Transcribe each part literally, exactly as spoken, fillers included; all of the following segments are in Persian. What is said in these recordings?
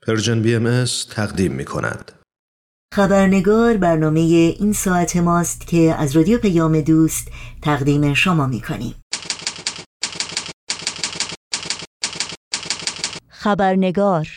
پرژن بی ام اس تقدیم می کند. خبرنگار برنامه این ساعت ماست که از رادیو پیام دوست تقدیم شما می کنیم. خبرنگار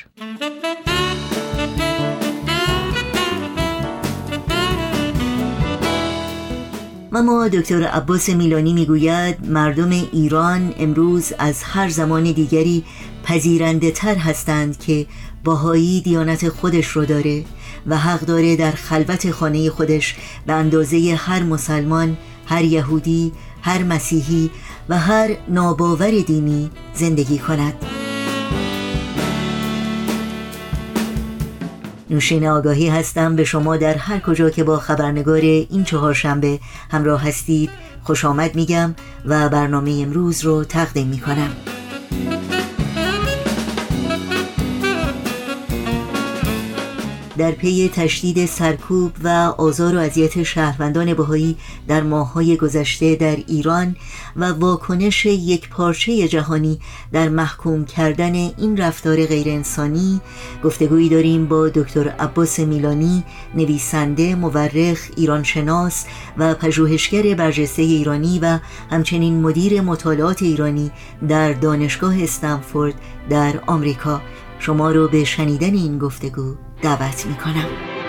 اما دکتر عباس میلانی میگوید مردم ایران امروز از هر زمان دیگری پذیرنده تر هستند که بهایی دیانت خودش رو داره و حق داره در خلوت خانه خودش به اندازه هر مسلمان، هر یهودی، هر مسیحی و هر ناباور دینی زندگی کند. نوشین آگاهی هستم. به شما در هر کجا که با خبرنگار این چهارشنبه همراه هستید خوش آمد میگم و برنامه امروز رو تقدیم میکنم. در پی تشدید سرکوب و آزار و اذیت شهروندان بهایی در ماه‌های گذشته در ایران و واکنش یکپارچه جهانی در محکوم کردن این رفتار غیرانسانی گفتگویی داریم با دکتر عباس میلانی، نویسنده، مورخ، ایرانشناس و پژوهشگر برجسته ایرانی و همچنین مدیر مطالعات ایرانی در دانشگاه استنفورد در آمریکا. شما رو به شنیدن این گفتگو دعوت میکنم.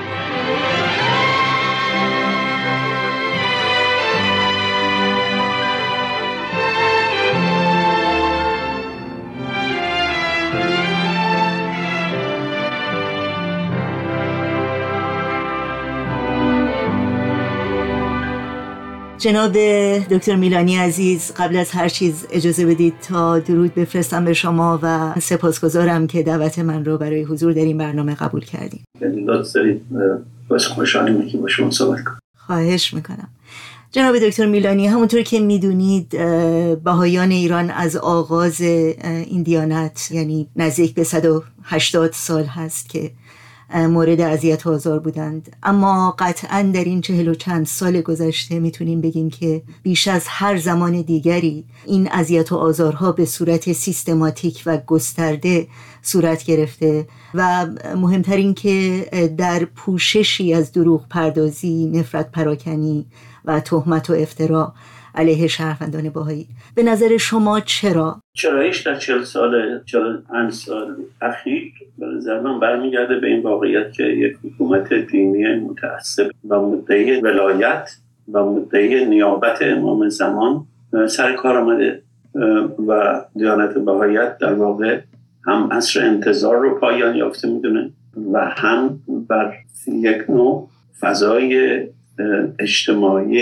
جناب دکتر میلانی عزیز، قبل از هر چیز اجازه بدید تا درود بفرستم به شما و سپاسگزارم که دعوت من رو برای حضور در این برنامه قبول کردیم. لطف دارید، باز خوشحالیم که با شما صحبت کنم. خواهش میکنم. جناب دکتر میلانی، همونطور که میدونید بهایان ایران از آغاز این دیانت، یعنی نزدیک به صد و هشتاد سال هست که مورد اذیت و آزار بودند، اما قطعاً در این چهل و چند سال گذشته میتونیم بگیم که بیش از هر زمان دیگری این اذیت و آزارها به صورت سیستماتیک و گسترده صورت گرفته و مهمترین که در پوششی از دروغ پردازی، نفرت پراکنی و تهمت و افترا علیه شهروندان بهایی. به نظر شما چرا؟ چرایش در چهل سال چهل پنج سال اخیر به نظر من برمیگرده به این واقعیت که یک حکومت دینی متعصب و مدعی ولایت و مدعی نیابت امام زمان سر کار آمده و دیانت بهاییت در واقع هم عصر انتظار رو پایان یافته میدونه و هم بر یک نوع فضای اجتماعی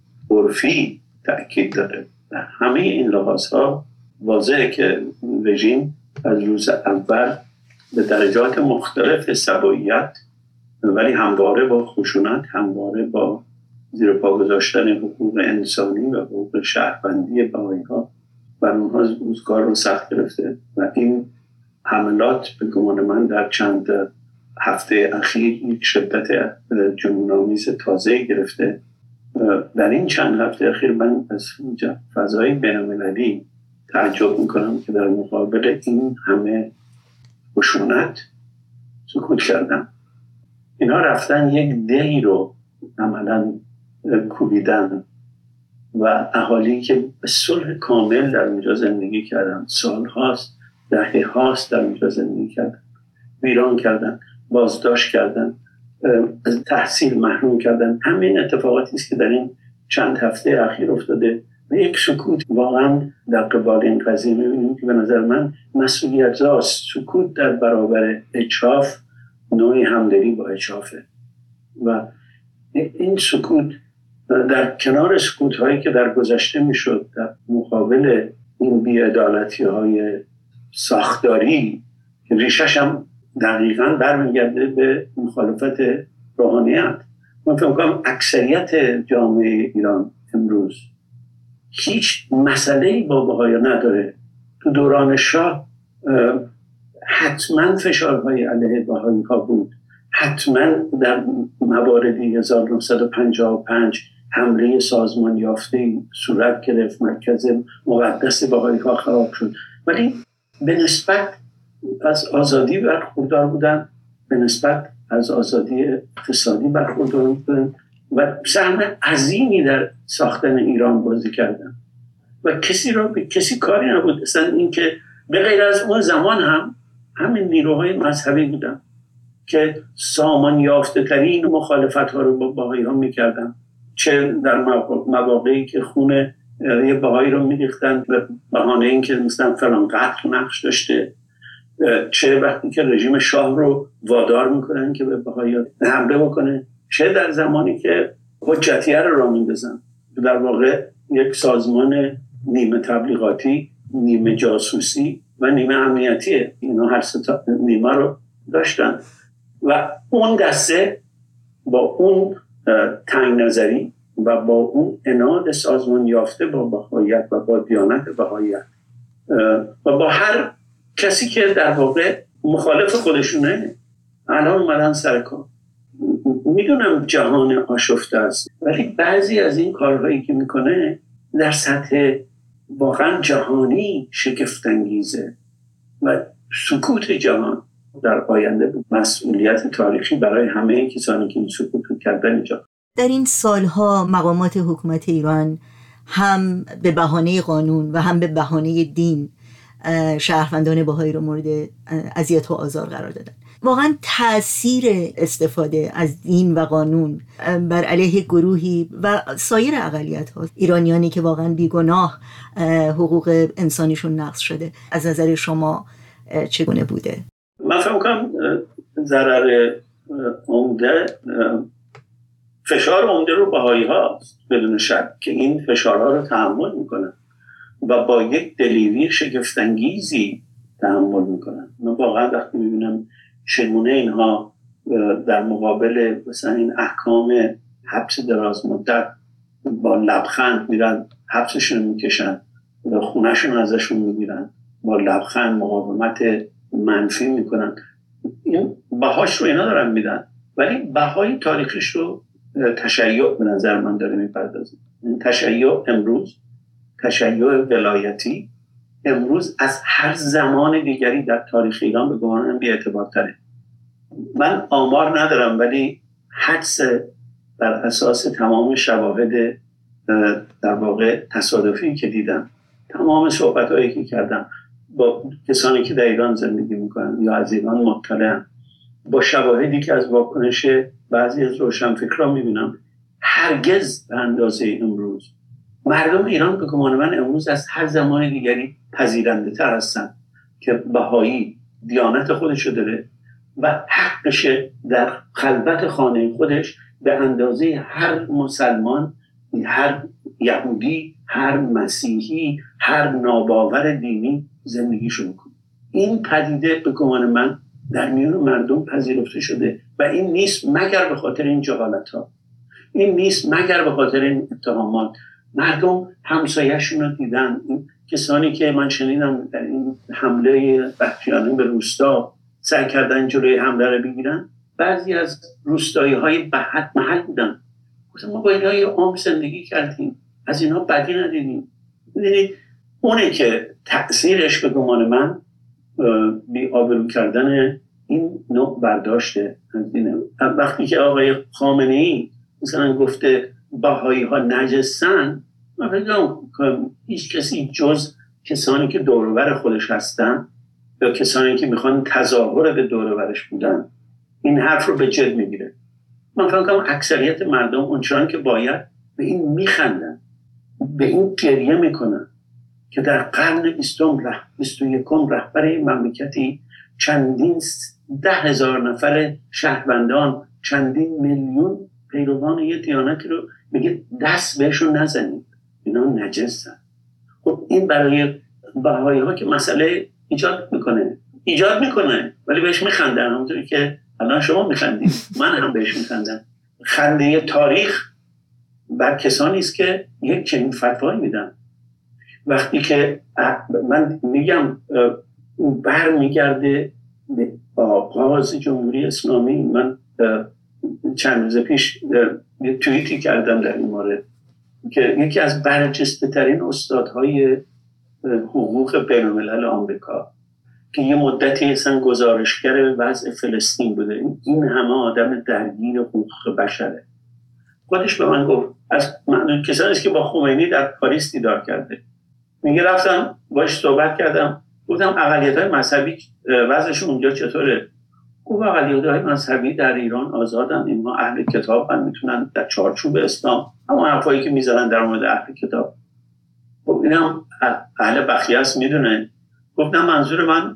عرفی تأکید داره. همه این لحاظها واضحه که رژیم از روز اول به درجات مختلف سباییت ولی همواره با خشونت، همواره با زیر پا گذاشتن حقوق انسانی و حقوق شهروندی بهایی‌ها بر اونها روزگار رو سخت گرفته و این حملات به گمان من در چند هفته اخیر یک شدت جنون‌آمیز تازه گرفته. در این چند هفته اخیر من از فضای بین‌المللی تعجب میکنم که در مقابل این همه خشونت سکوت کردن. اینا رفتن یک دهی رو عملاً کوبیدن و اهالی که به صلح کامل در اونجا زندگی کردن، سال هاست، دهه هاست در اونجا زندگی کردن، ویران کردن، بازداشت کردن، از تحصیل محروم کردن. همین اتفاقاتی است که در این چند هفته اخیر افتاده و یک سکوت واقعا در قبال این قضیه می‌بینیم که به نظر من مسئولیت‌زاست. سکوت در برابر اجحاف نوعی همدلی با اجحافه و این سکوت در کنار سکوت‌هایی که در گذشته میشد در مقابل این بی‌عدالتی‌های ساختاری که ریشش هم دقیقاً برمیگرده به مخالفت روحانیت. من فکر می‌کنم اکثریت جامعه ایران امروز هیچ مسئله‌ای با بهائیان نداره. تو دوران شاه حتما فشارهای علیه بهائی‌ها بود، حتما در مواردی هزار و نهصد و پنجاه و پنج حمله سازمان یافته‌ای صورت گرفت، مرکز مقدس بهائی‌ها خراب شد، ولی به نسبت از آزادی برخوردار بودن، به نسبت از آزادی اقتصادی برخوردار بودن و سهم عظیمی در ساختن ایران بازی کردن و کسی را به کسی کاری نبود. اصلا این که به غیر از اون زمان هم همین نیروهای مذهبی بودن که سامان یافته ترین مخالفت ها رو با بهایی ها میکردن، چه در مواقعی که خون یه بهایی رو میریختن به بهانه این که مثلا فلان قتل نقش داشته، چه وقتی که رژیم شاه رو وادار میکنن که به بهایی حمله بکنه، چه در زمانی که حجتیه رو را میندازن، در واقع یک سازمان نیمه تبلیغاتی، نیمه جاسوسی و نیمه امنیتیه. اینا هر سه تا نیمه رو داشتن و اون دسته با اون تنگ نظری و با اون عناد سازمان یافته با بهاییت و با دیانت بهاییت و با هر کسی که در واقع مخالف خودشونه الان اومدن سر کار. میدونم جهان آشفته است، ولی بعضی از این کارهایی که میکنه در سطح واقعا جهانی شگفت‌انگیزه و سکوت جهان در آینده مسئولیت تاریخی برای همه کسانی که این سکوت کردن اینجا. در این سالها مقامات حکومت ایران هم به بهانه قانون و هم به بهانه دین شهروندان بهایی رو مورد اذیت و آزار قرار دادن. واقعا تأثیر استفاده از دین و قانون بر علیه گروهی و سایر اقلیت ها، ایرانیانی که واقعا بیگناه حقوق انسانیشون نقض شده، از نظر شما چگونه بوده؟ من فکر می‌کنم ضرر عمده، فشار عمده رو بهایی هاست بدون شک که این فشارها رو تحمل میکنن و با یک دلیری شگفت‌انگیزی تحمل میکنن. من واقعا وقتی میبینم چگونه اینها در مقابل مثلا این احکام حبس دراز مدت با لبخند میرن حبسشون میکشن، خونهشون ازشون میگیرن، با لبخند مقاومت منفی میکنن، این بهاش رو اینا دارن میدن، ولی بهای تاریخش رو تشیع به نظر من داره میپردازه. تشیع امروز، تشیع ولایتی امروز از هر زمان دیگری در تاریخ ایران به گمانم بی اعتبار تره. من آمار ندارم، ولی حدس بر اساس تمام شواهد در واقع تصادفی که دیدم، تمام صحبت‌هایی که کردم با کسانی که در ایران زندگی میکنن یا از ایران مطلعن، با شواهدی که از واکنش بعضی از روشنفکران میبینم، هرگز به اندازه امروز مردم ایران به گمان من امروز از هر زمان دیگری پذیرنده تر هستن که بهایی دیانت خودشو داره و حقشه در خلوت خانه خودش به اندازه هر مسلمان، هر یهودی، هر مسیحی، هر ناباور دینی زندگیشو میکنه. این پدیده به گمان من در میان مردم پذیرفته شده و این نیست مگر به خاطر این جهالت ها، این نیست مگر به خاطر این اتهامات. مردم همسایه‌شون رو دیدن. این کسانی که من شنیدم در این حمله بختیانه به روستا سعی کردن جلوی حمله رو بگیرن، بعضی از روستایی های بحت محل بودن، گفتن ما با اینها یه عمر زندگی کردیم، از اینها بدی ندیدیم. می‌دونید اونه که تأثیرش به گمان من بی آبرو کردن این نوع برداشته از دینه. وقتی که آقای خامنه‌ای مثلا گفته بهایی ها نجسن، من فکر کنم هیچ کسی جز کسانی که دور و بر خودش هستن یا کسانی که میخوان تظاهر به دور و برش بودن این حرف رو به جد میگیره. من فکر کنم اکثریت مردم اونچنان که باید به این میخندن، به این گریه میکنن که در قرن بیستم ره بیست و یکم رهبر مملکتی چندین ده هزار نفر شهروندان، چندین میلیون پیروان یه دیانتی رو میگه دست بهشون نزنید، اینا نجسن. خب این برای بهایی ها که مسئله ایجاد میکنه ایجاد میکنه ولی بهش میخندن، همونطوری که الان شما میخندید، من هم بهش میخندم. خنده تاریخ بر کسانی است که یک چنین فتوایی میدن. وقتی که من میگم بر میگرده به آغاز جمهوری اسلامی، من چند روز پیش یه توییتی کردم در این مورد که یکی از برجسته ترین استادهای حقوق بین الملل آمریکا که یه مدتی اصلا گزارشگر وضع فلسطین بوده. این همه آدم درگیر حقوق بشره. خودش به من گفت، از من کسانی است که با خمینی در پاریس دیدار کرده، میگه رفتم باش صحبت کردم، گفتم اقلیت‌های مذهبی وضعشون اونجا چطوره؟ گفت اقلیت‌های مذهبی در ایران آزادن، اینها اهل کتابن، میتونن در چارچوب اسلام همون حرفایی که میزنن در مورد اهل کتاب. خب اینم اهل بخیه است میدونه. گفتم منظور من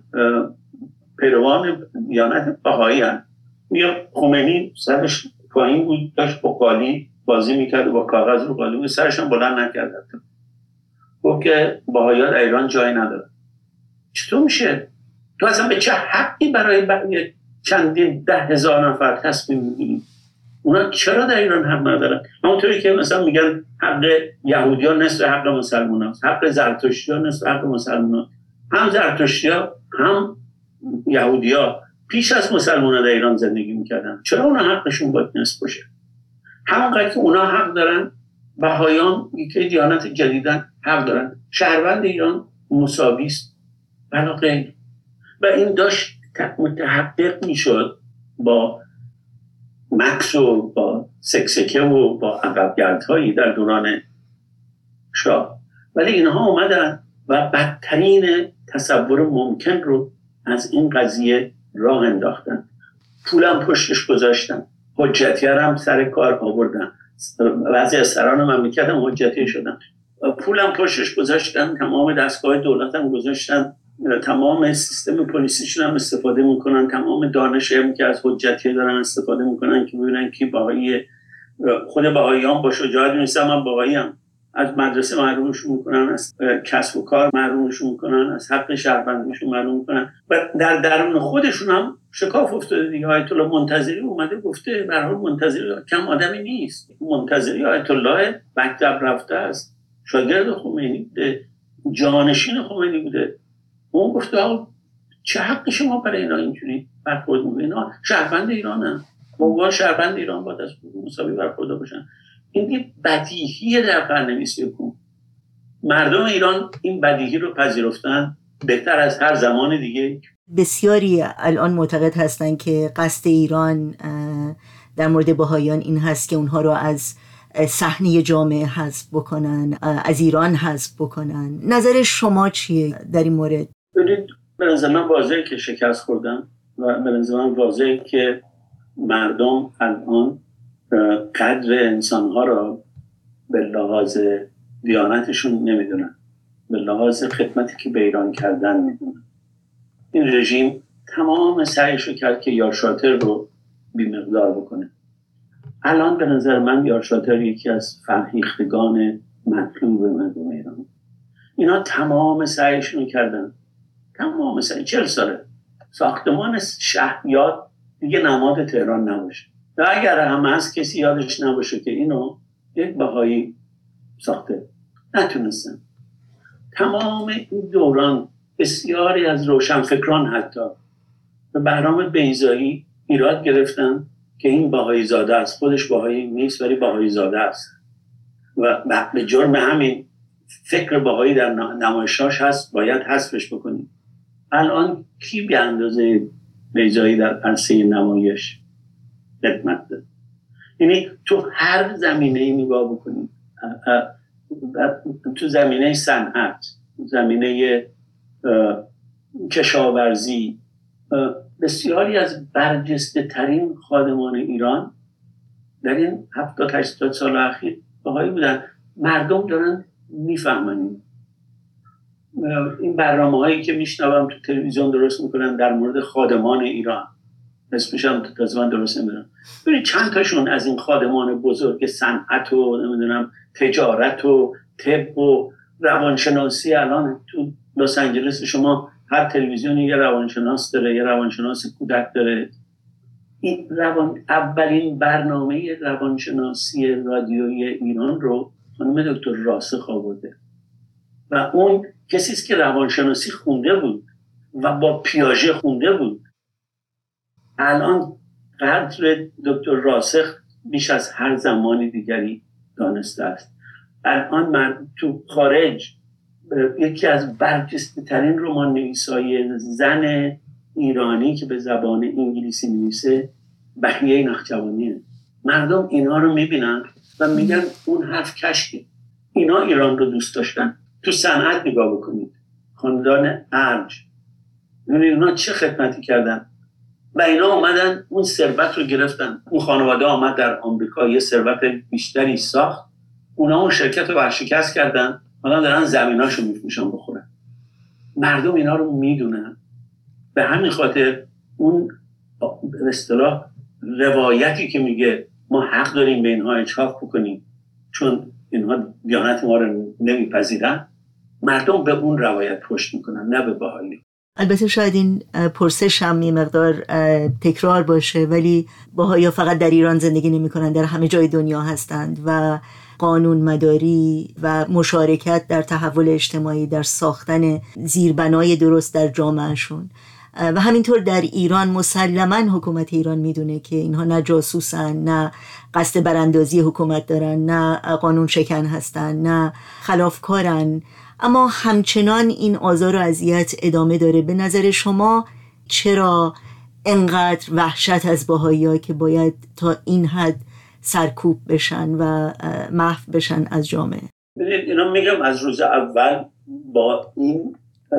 پیروان دیانت بهایی هست. میگه خمینی سرش پایین بود، داشت با قالی بازی میکرد و با کاغذ رو قالی بود، سرش هم بلند نکرد. گفت که بهایی‌ها در ایران جای نداره. چطور میشه؟ تو اصلا به چه حقی برای چندین ده هزار نفر تصمیم میگیری؟ اونا چرا در ایران حق ندارن؟ همونطوری که مثلا میگن حق یهودی‌ها نصف حق مسلمان‌ها، حق زرتشتی‌ها نصف حق مسلمان‌ها. هم زرتشتی‌ها هم یهودی‌ها پیش از مسلمان‌ها در ایران زندگی میکردن، چرا اونا حقشون باید نصف باشه؟ همونقدر که اونا حق دارن، بهاییان که دیانت جدیدن حق دارن. شهروند ایران مساوی است بلا غیر. و این داشت متحقق میشد با مکس و با سکسکه و با عقبگردهایی در دوران شاه، ولی اینها اومدن و بدترین تصور ممکن رو از این قضیه راه انداختن. پولم پشتش گذاشتن، حجتیه هم سر کار آوردن، بعضی از سران مملکت هم حجتی شدن، پولم پشتش گذاشتن، تمام دستگاه دولت هم گذاشتن، تمام سیستم پلیسیشون هم استفاده میکنن، تمام دانش هم که از حجتیه دارن استفاده میکنن که ببینن کی بهایی. خود بهاییان با شجاعت می‌نویسن من بهایی ام، از مدرسه محرومشون میکنن، از کسب و کار محرومشون میکنن، از حق شهروندیشون محروم میکنن و در درون خودشون هم شکاف افتاده دیگه. آیت الله منتظری اومده گفته به هر حال منتظری کم آدمی نیست، منتظری آیت الله مکتب رفته است، شاگرد خمینی بوده، جانشین خمینی بوده. اون گفته آقا چه حقی شما برای اینا اینجوری برخورد میکنید؟ اینا شهروند ایرانن، موقع شهروند ایران باید از مساوی برخورد باشن. این یه بدیهیه در قرن بیست و یکم. مردم ایران این بدیهی رو پذیرفتن بهتر از هر زمان دیگه. بسیاری الان معتقد هستند که قصد ایران در مورد بهاییان این هست که اونها رو از صحنه جامعه حذف بکنن، از ایران حذف بکنن. نظر شما چیه در این مورد؟ ببینید به نظر من واضحه که شکست خوردن و به نظر من واضحه که مردم الان قدر انسانها را به لحاظ دیانتشون نمیدونن، به لحاظ خدمتی که به ایران کردن میدونن. این رژیم تمام سعیش رو کرد که یار شاطر رو بی‌مقدار بکنه. الان به نظر من یار شاطر یکی از فرهیختگان مطلوب مردم ایران. اینا تمام سعیشون رو کردن، تمام سعی چهل ساله ساختمان شهریار دیگه نماد تهران نباشه و اگر هم هست کسی یادش نباشه که اینو یک بهایی ساخته. نتونستن. تمام این دوران بسیاری از روشنفکران حتی به بهرام بیضایی ایراد گرفتن که این بهایی زاده است، خودش بهایی نیست ولی بهایی زاده است و به جرم همین فکر بهایی در نمایشاش هست، باید حذفش بکنیم. الان کی به اندازه بیضایی در عرصه نمایش خدمت داره؟ یعنی تو هر زمینه‌ای نگاه بکنید، تو زمینه صنعت، زمینه کشاورزی، بسیاری از برجسته ترین خادمان ایران در این هفتاد هشتاد سال اخیر بهایی بودن. مردم دارن میفهمن. این برنامه هایی که میشنوم تو تلویزیون درست میکنن در مورد خادمان ایران، اسمش هم تازه من درست نمیدونم، ببینید چند تاشون از این خادمان بزرگ صنعت و نمیدونم تجارت و طب و روانشناسی، الان تو لس آنجلس شما هر تلویزیونی یه روانشناس داره، یه روانشناس کودک داره. این روان اولین برنامه روانشناسی رادیویی ایران رو خانم دکتر راسخ آورده و اون کسی است که روانشناسی خونده بود و با پیاژه خونده بود. الان قدر دکتر راسخ بیش از هر زمانی دیگری دانسته است. الان من تو خارج یکی از برجسته ترین رمان نویسای زن ایرانی که به زبان انگلیسی می‌نویسه بهیه نخجوانیه. مردم اینا رو میبینن و میگن اون حرف کشکی. اینا ایران رو دوست داشتن. تو صنعت نگاه بکنید، خاندان ارج، اینا چه خدمتی کردن و اینا اومدن اون ثروت رو گرفتن. اون خانواده آمد در آمریکا یه ثروت بیشتری ساخت، اونا اون شرکت رو ورشکست کردن، حالا دارن زمیناشو میفروشن بخورن. مردم اینا رو میدونن. به همین خاطر اون به اصطلاح روایتی که میگه ما حق داریم به اینها اجحاف بکنیم چون اینها دیانت ما رو نمیپذیرن، مردم به اون روایت پشت میکنن، نه به بهایی. البته شاید این پرسش هم یه مقدار تکرار باشه، ولی بهائی‌ها فقط در ایران زندگی نمی کنن، در همه جای دنیا هستند و قانون مداری و مشارکت در تحول اجتماعی، در ساختن زیربنای درست در جامعهشون و همینطور در ایران مسلماً حکومت ایران میدونه که اینها نه جاسوسن، نه قصد براندازی حکومت دارن، نه قانون شکن هستن، نه خلافکارن، اما همچنان این آزار و اذیت ادامه داره. به نظر شما چرا انقدر وحشت از بهائی‌ها که باید تا این حد سرکوب بشن و محو بشن از جامعه؟ اینا میگم از روز اول با این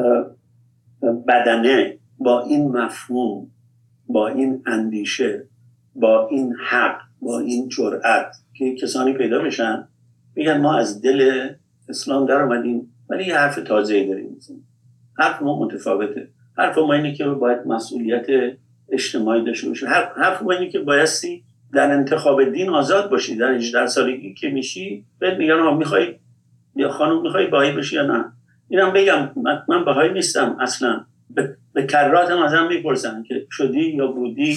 بدنه، با این مفهوم، با این اندیشه، با این حق، با این جرأت که کسانی پیدا بشن میگن ما از دل اسلام در اومدیم ولی یه حرف تازه‌ای داریم میزنیم. حرف ما متفاوته. حرف ما اینه که باید مسئولیت اجتماعی داشته باشی. حرف ما اینه که بایستی در انتخاب دین آزاد باشی. در هجده سالگی که میشی بهت میگن آقا میخوای یا خانم میخوای بهایی بشی یا نه. اینم بگم من بهایی نیستم اصلا. به, به کراتم ازم میپرسن که شدی یا بودی.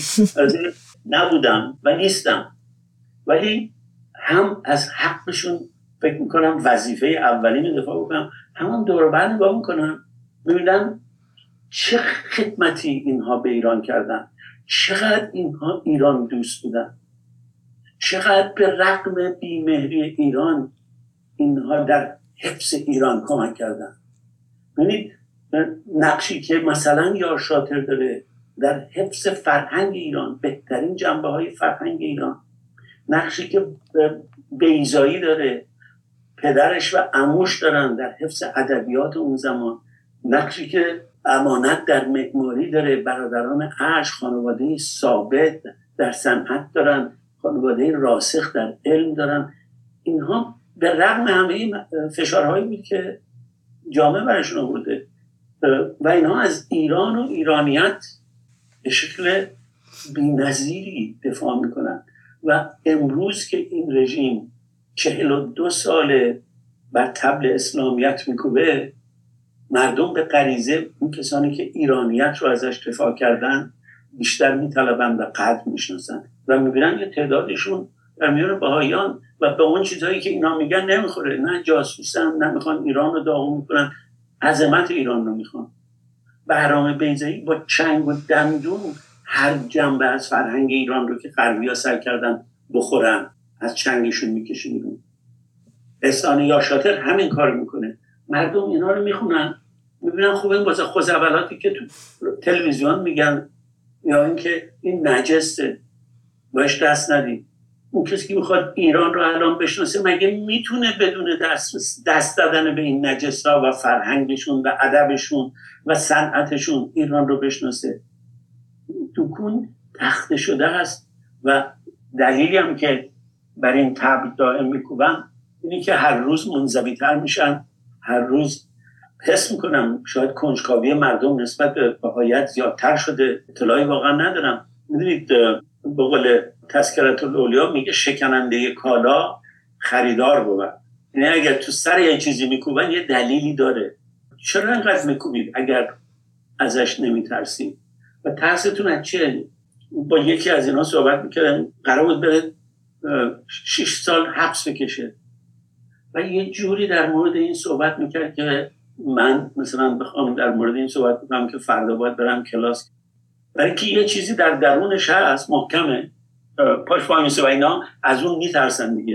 نبودم و نیستم، ولی هم از حقشون فکر میکنم وظیفه اولی دفاع بکنم، همون دور و بر نگاه میکنم میبینم چه خدمتی اینها به ایران کردن، چقدر اینها ایران دوست بودن، چقدر به رغم بیمهری ایران اینها در حفظ ایران کمک کردن. ببینید نقشی که مثلا یار شاطر داره در حفظ فرهنگ ایران، بهترین جنبه های فرهنگ ایران، نقشی که بیضایی داره، پدرش و عموش دارن در حفظ ادبیات اون زمان، نقشی که امانت در معماری داره، برادران ارج خانواده ثابت در صنعت دارن، خانواده راسخ در علم دارن. اینها به رغم همه فشارهایی بود که جامعه برشون آورده و اینها از ایران و ایرانیت به شکل بی‌نظیری دفاع میکنن و امروز که این رژیم چهل و دو ساله بر طبل اسلامیت میکوبه، مردم به غریزه اون کسانی که ایرانیت رو ازش دفاع کردن بیشتر میطلبن و قدر میشناسن و میبینن یه تعدادشون در میان بهائیان و به اون چیزهایی که اینا میگن نمیخوره، نه جاسوسن، نه میخوان ایران رو داغون میکنن، عظمت ایران رو میخوان. بهرام بیضایی با چنگ و دندون هر جنبه از فرهنگ ایران رو که غربی‌ها سعی کردن بخورن از چنگشون میکشه بیرون. احسان یارشاتر همین کار میکنه. مردم اینا رو میخونن، میبینن خوب این واسه خوزعبلاتی که تو تلویزیون میگن یا اینکه این نجسه باش دست ندید. اون کسی که میخواد ایران رو الان بشناسه مگه میتونه بدون دست دست دادن به این نجسا و فرهنگشون و ادبشون و صنعتشون ایران رو بشناسه؟ دکون تخته شده هست و دلیلی هم که برای این طبل دائم میکوبن اینی که هر روز منزوی‌تر میشن، هر روز حس میکنم شاید کنجکاوی مردم نسبت به بهائیت زیادتر شده. اطلاعی واقعا ندارم. میدونید به قول تذکرة الاولیا میگه شکننده کالا خریدار بود. یعنی اگر تو سر یه چیزی میکوبن یه دلیلی داره. چرا انقدر میکوبید اگر ازش نمیترسید؟ و ترستون از چیه؟ با یکی از اینا صحبت میکردم، قرار بود بره شش سال حبس بکشه و یه جوری در مورد این صحبت میکرد که من مثلا بخوام در مورد این صحبت بکنم که فردا باید برم کلاس، برای که یه چیزی در درونش هست محکمه، پاش فاهمیسه و اینا از اون میترسن دیگه.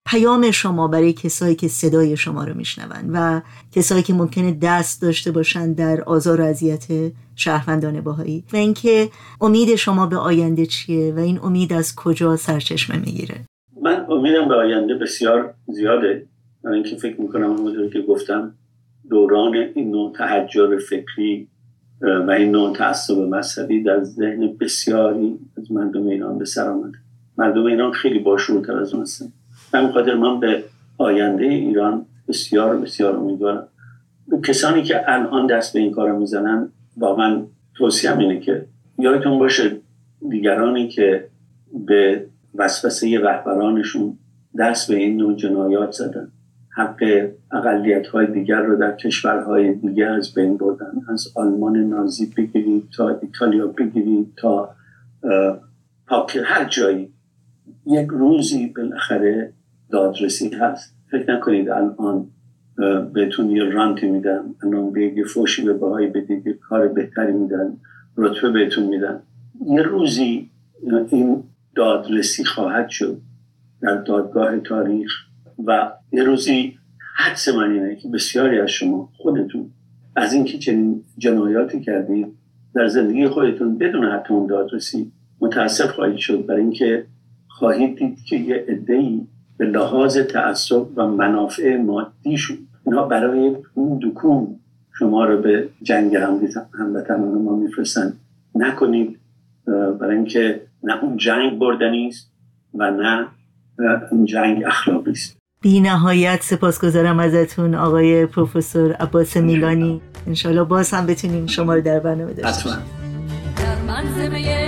پیام شما برای کسایی که صدای شما رو میشنون و کسایی که ممکنه دست داشته باشن در آزار و اذیت شهروندان بهایی و اینکه امید شما به آینده چیه و این امید از کجا سرچشمه میگیره؟ من امیدم به آینده بسیار زیاده. من اینکه فکر میکنم همونطور که گفتم دوران این نوع تحجر فکری و این نوع تعصب مذهبی در ذهن بسیاری از مردم ایران به سر آمده. مردم ایران خیلی باشعورتر از اون هستن. همین خاطر من به آینده ایران بسیار بسیار امیدوارم. کسانی که الان دست به این کار میزنن واقعا توصیه‌ام اینه که یادتون باشه دیگرانی که به وسوسه رهبرانشون دست به این نوع جنایات زدن، حق اقلیت‌های دیگر رو در کشورهای دیگر از بین بردن، از آلمان نازی بگیرید تا ایتالیا بگیرید تا پاک هر جایی، یک روزی بالاخره دادرسی هست. فکر نکنید الان بهتون یه رانتی میدن، الان به یه فوشی به بهایی بدید یه کار بهتری میدن، رتبه بهتون میدن. یه روزی این دادرسی خواهد شد در دادگاه تاریخ و یه روزی حدس من اینه که بسیاری از شما خودتون از اینکه چنین جنایاتی کردید در زندگی خودتون بدون حتی اون دادرسی متاسف خواهید شد، برای اینکه خواهید دید که یه عده‌ای به لحاظ تعصب و منافع مادیشون اینا برای اون دکون شما رو به جنگ هموطنان ما میفرستن. نکنید، برای اینکه نه اون جنگ بردنی است و نه اون جنگ اخلاقی است. بی نهایت سپاسگزارم ازتون آقای پروفسور عباس میلانی. انشالله باز هم بتونیم شما رو در برنامه داشته باشیم.